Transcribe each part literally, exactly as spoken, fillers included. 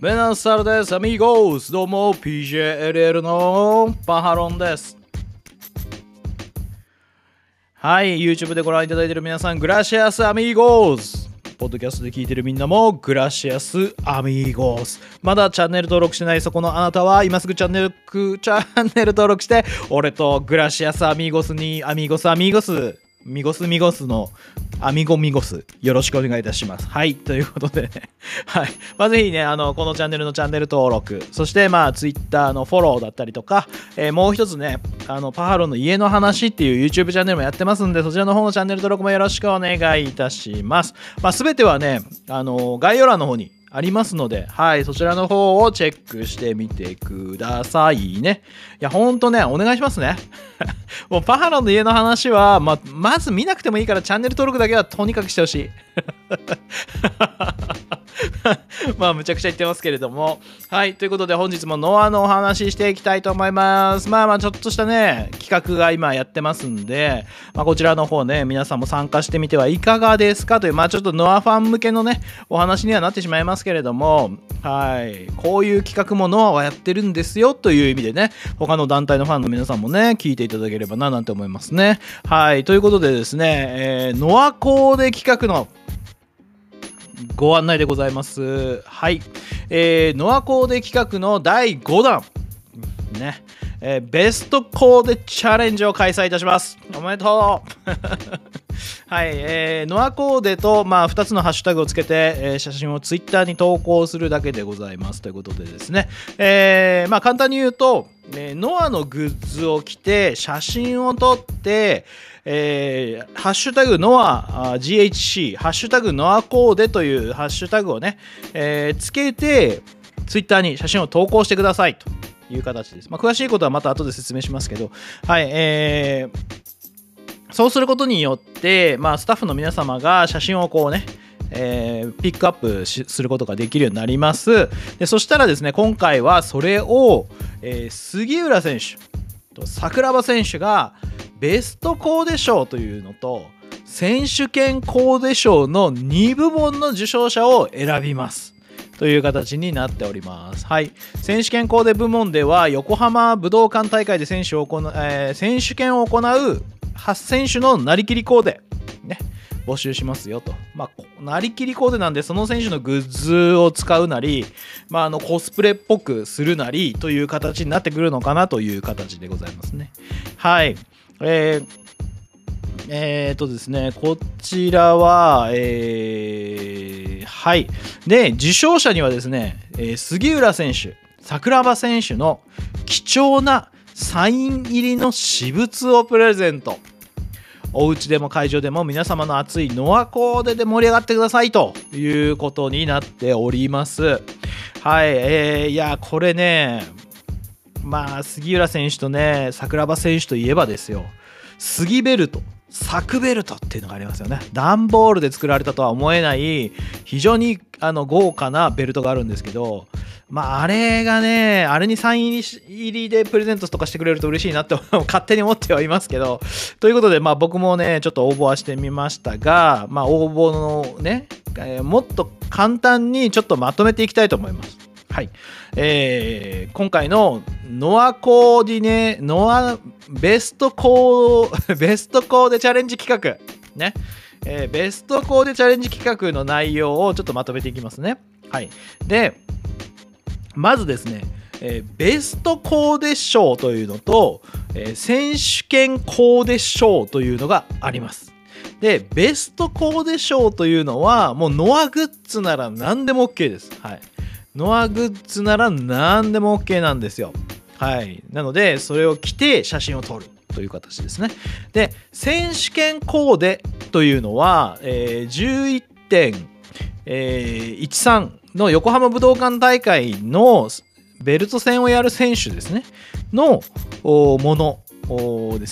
ベナスタルです。アミーゴース。どうも ピージェーエルエル のパハロンです。はい、YouTube でご覧いただいている皆さん、グラシアスアミーゴース。ポッドキャストで聞いているみんなもグラシアスアミーゴース。まだチャンネル登録してないそこのあなたは今すぐチャンネルチャンネル登録して俺とグラシアスアミーゴスにアミーゴスアミーゴスミゴスミゴスのアミゴミゴスよろしくお願いいたします。はい、ということでねはい、まあ、ぜひねあのこのチャンネルのチャンネル登録、そしてまあ Twitter のフォローだったりとか、えー、もう一つねあのパハロの家の話っていう YouTube チャンネルもやってますんで、そちらの方のチャンネル登録もよろしくお願いいたします。まあ、全てはねあの概要欄の方にありますので、はい、そちらの方をチェックしてみてくださいね。いや、ほんとね、お願いしますね。もうパハロンの家の話は、ま、まず見なくてもいいからチャンネル登録だけはとにかくしてほしい。まあ、むちゃくちゃ言ってますけれども。はい、ということで本日もノアのお話ししていきたいと思います。まあまあ、ちょっとしたね、企画が今やってますんで、まあ、こちらの方ね、皆さんも参加してみてはいかがですかという、まあちょっとノアファン向けのね、お話にはなってしまいますけれども、はい、こういう企画もノアはやってるんですよという意味でね、他の団体のファンの皆さんもね、聞いていただければななんて思いますね。はい、ということでですね、えー、ノアコーデ企画のご案内でございます。はい、えー、ノアコーデ企画のだいごだんね、えー、ベストコーデチャレンジを開催いたします。おめでとうはい、えー、ノアコーデと、まあ、ふたつのハッシュタグをつけて、えー、写真をツイッターに投稿するだけでございますということでですね、えー、まあ簡単に言うと、えー、ノアのグッズを着て写真を撮ってえー、ハッシュタグノア ジーエイチシー ハッシュタグノアコーデというハッシュタグをね、えー、つけてツイッターに写真を投稿してくださいという形です。まあ、詳しいことはまた後で説明しますけど、はい、えー、そうすることによって、まあ、スタッフの皆様が写真をこうねえー、ピックアップすることができるようになります。でそしたらですね、今回はそれを、えー、杉浦選手と桜庭選手がベストコーデ賞というのと選手権コーデ賞のにぶもんの受賞者を選びますという形になっております。はい、選手権コーデ部門では横浜武道館大会で選手を行う、えー、選手権を行うはち選手のなりきりコーデね募集しますよと。まあ、なりきりコーデなんでその選手のグッズを使うなり、まあ、あのコスプレっぽくするなりという形になってくるのかなという形でございますね。はい。えー、えー、とですね、こちらは、えー、はい。で、受賞者にはですね、えー、杉浦選手、桜庭選手の貴重なサイン入りの私物をプレゼント。お家でも会場でも皆様の熱いノアコーデで盛り上がってくださいということになっております。はい、えー、いやこれね、まあ杉浦選手とね桜庭選手といえばですよ、杉ベルト、作ベルトっていうのがありますよね。段ボールで作られたとは思えない非常にあの豪華なベルトがあるんですけど、まああれがね、あれにサイン入りでプレゼントとかしてくれると嬉しいなって勝手に思ってはいますけど、ということでまあ僕もねちょっと応募はしてみましたが、まあ応募のね、えー、もっと簡単にちょっとまとめていきたいと思います。はい、えー、今回のノアコーディネノアベストコーベストコーデチャレンジ企画ね、えー、ベストコーデチャレンジ企画の内容をちょっとまとめていきますね。はい、でまずですね、えー、ベストコーデ賞というのと、えー、選手権コーデ賞というのがあります。でベストコーデ賞というのはもうノアグッズなら何でも OK です。はい、ノアグッズなら何でも OK なんですよ。はい、なのでそれを着て写真を撮るという形ですね。で選手権コーデというのは、えー、じゅういってんいちさんの横浜武道館大会のベルト戦をやる選手ですねのものですね。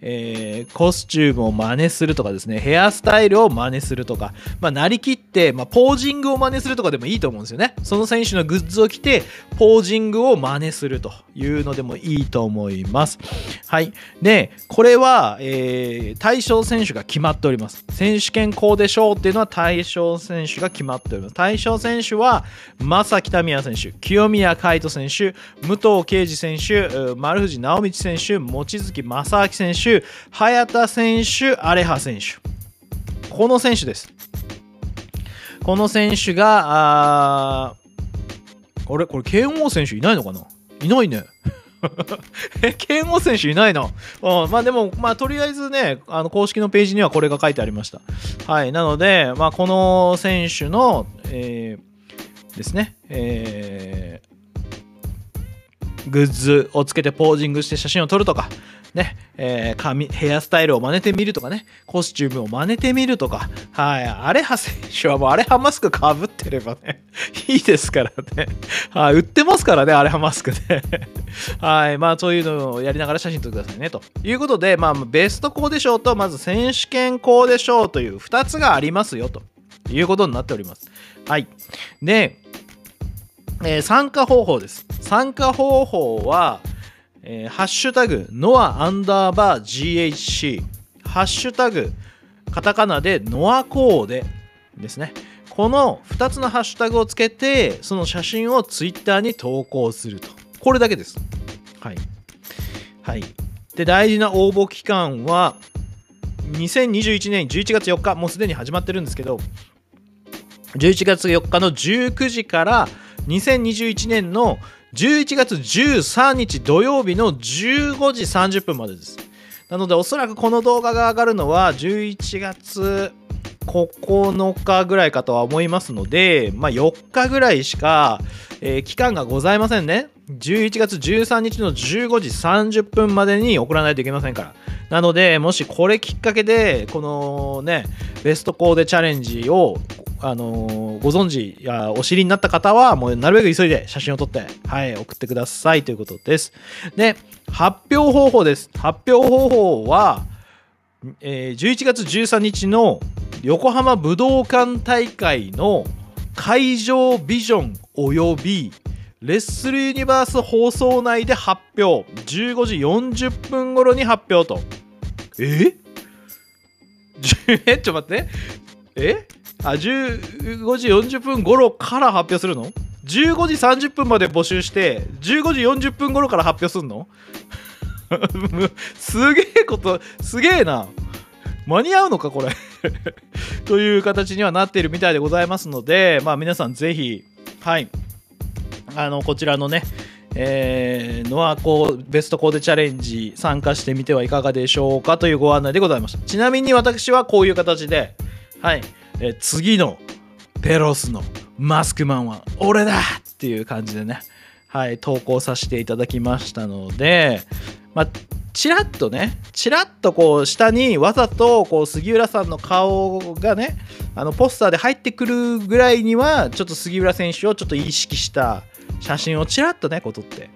えー、コスチュームを真似するとかですね、ヘアスタイルを真似するとか、まあ、なりきって、まあ、ポージングを真似するとかでもいいと思うんですよね。その選手のグッズを着て、ポージングを真似するというのでもいいと思います。はい。で、これは、えー、対象選手が決まっております。選手権コーデ賞っていうのは対象選手が決まっております。対象選手は、正木民也選手、清宮海斗選手、武藤敬司選手、丸藤直道選手、望月正明選手、早田選手、アレハ選手。この選手です。この選手が、ああれこれ、剣王選手いないのかないないね。え、剣王選手いないな。うん、まあでも、まあとりあえずね、あの公式のページにはこれが書いてありました。はい。なので、まあこの選手の、えー、ですね、えー、グッズをつけてポージングして写真を撮るとか、ね、えー、髪、ヘアスタイルを真似てみるとかね、コスチュームを真似てみるとか、はい、アレハ選手はもうアレハマスクかぶってればね、いいですからね。はい、売ってますからね、アレハマスクね。はい、まあそういうのをやりながら写真撮ってくださいね、ということで、まあベストコーデ賞と、まず選手権コーデ賞というふたつがありますよ、ということになっております。はい。で、えー、参加方法です。参加方法は、えー、ハッシュタグノアアンダーバー ジーエイチシー ハッシュタグカタカナでノアコーデですね。このふたつのハッシュタグをつけてその写真をツイッターに投稿すると、これだけです。はいはい。で、大事な応募期間はにせんにじゅういちねんじゅういちがつよっか、もうすでに始まってるんですけど、じゅういちがつよっかのじゅうくじからにせんにじゅういちねんのじゅういちがつじゅうさんにち土曜日のじゅうごじさんじゅっぷんまでです。なのでおそらくこの動画が上がるのはじゅういちがつここのかぐらいかとは思いますので、まあよっかぐらいしか、えー、期間がございませんね。じゅういちがつじゅうさんにちのじゅうごじさんじゅっぷんまでに送らないといけませんから。なので、もしこれきっかけで、このね、ベストコーデチャレンジを、あのー、ご存知やお知りになった方は、もうなるべく急いで写真を撮って、はい、送ってくださいということです。で、発表方法です。発表方法は、えー、じゅういちがつじゅうさんにちの横浜武道館大会の会場ビジョンおよびレッスルユニバース放送内で発表。じゅうごじよんじゅっぷん頃に発表と。ええちょっと待って。えあ、じゅうごじよんじゅっぷん頃から発表するの ?じゅうごじさんじゅっぷんまで募集して、じゅうごじよんじゅっぷん頃から発表するのすげえこと、すげえな。間に合うのかこれという形にはなっているみたいでございますので、まあ皆さんぜひ、はい、あの、こちらのね、えー、ノアコベストコーデチャレンジ参加してみてはいかがでしょうかというご案内でございました。ちなみに私はこういう形で、はい、えー、次のペロスのマスクマンは俺だっていう感じでね、はい、投稿させていただきましたので、まあチラッとね、チラッとこう下にわざとこう杉浦さんの顔がね、あのポスターで入ってくるぐらいにはちょっと杉浦選手をちょっと意識した写真をチラッとねこう撮って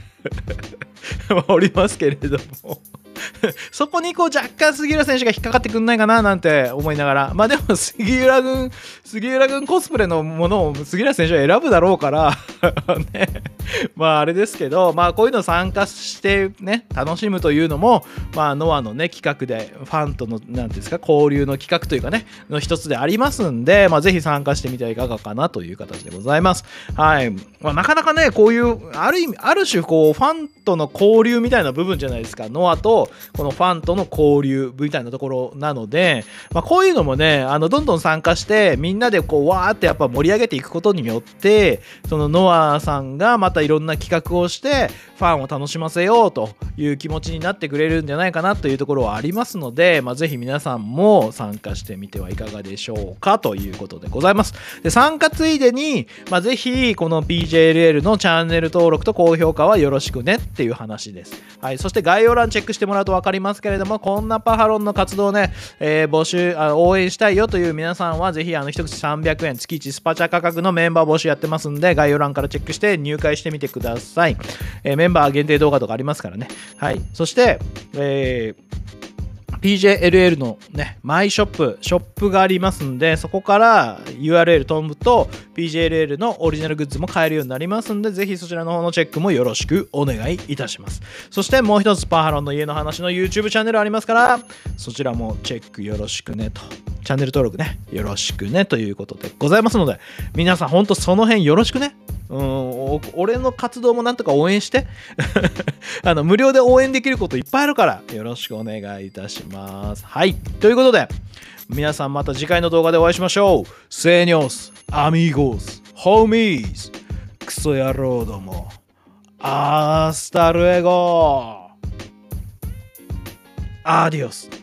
おりますけれどもそこにこう若干杉浦選手が引っかかってくんないかななんて思いながら、まあでも杉浦軍杉浦軍コスプレのものを杉浦選手は選ぶだろうからね、まああれですけど、まあこういうの参加してね楽しむというのも、まあノアのね企画でファンとのなんていうんですか交流の企画というかねの一つでありますんで、まあぜひ参加してみてはいかがかなという形でございます。はい、まあ、なかなかねこういうある意味ある種こうファンとの交流みたいな部分じゃないですか。ノアとこのファンとの交流みたいなところなので、まあ、こういうのもねあのどんどん参加してみんなでこうわーってやっぱ盛り上げていくことによってそのノアさんがまたいろんな企画をしてファンを楽しませようという気持ちになってくれるんじゃないかなというところはありますので、まあ、ぜひ皆さんも参加してみてはいかがでしょうかということでございます。で参加ついでに、まあ、ぜひこの ピージェーエルエル のチャンネル登録と高評価はよろしくねっていう話です。はい、そして概要欄チェックしてもらうと分かりますけれども、こんなパハロンの活動ね、えー、募集あ応援したいよという皆さんはぜひあの一口さんびゃくえん月いちスパチャ価格のメンバー募集やってますんで、概要欄からチェックして入会してみてください。えー、メンバー限定動画とかありますからね。はい、そして、えーピージェーエルエル のね、マイショップ、ショップがありますんで、そこから ユーアールエル 飛ぶと ピージェーエルエル のオリジナルグッズも買えるようになりますんで、ぜひそちらの方のチェックもよろしくお願いいたします。そしてもう一つ、パーハロンの家の話の YouTube チャンネルありますから、そちらもチェックよろしくねと。チャンネル登録ね、よろしくねということでございますので、皆さんほんとその辺よろしくね。うん、俺の活動もなんとか応援してあの無料で応援できることいっぱいあるからよろしくお願いいたします。はい、ということで皆さんまた次回の動画でお会いしましょう。セーニョス、アミーゴス、ホーミーズ、クソ野郎ども、アースタルエゴ、アディオス。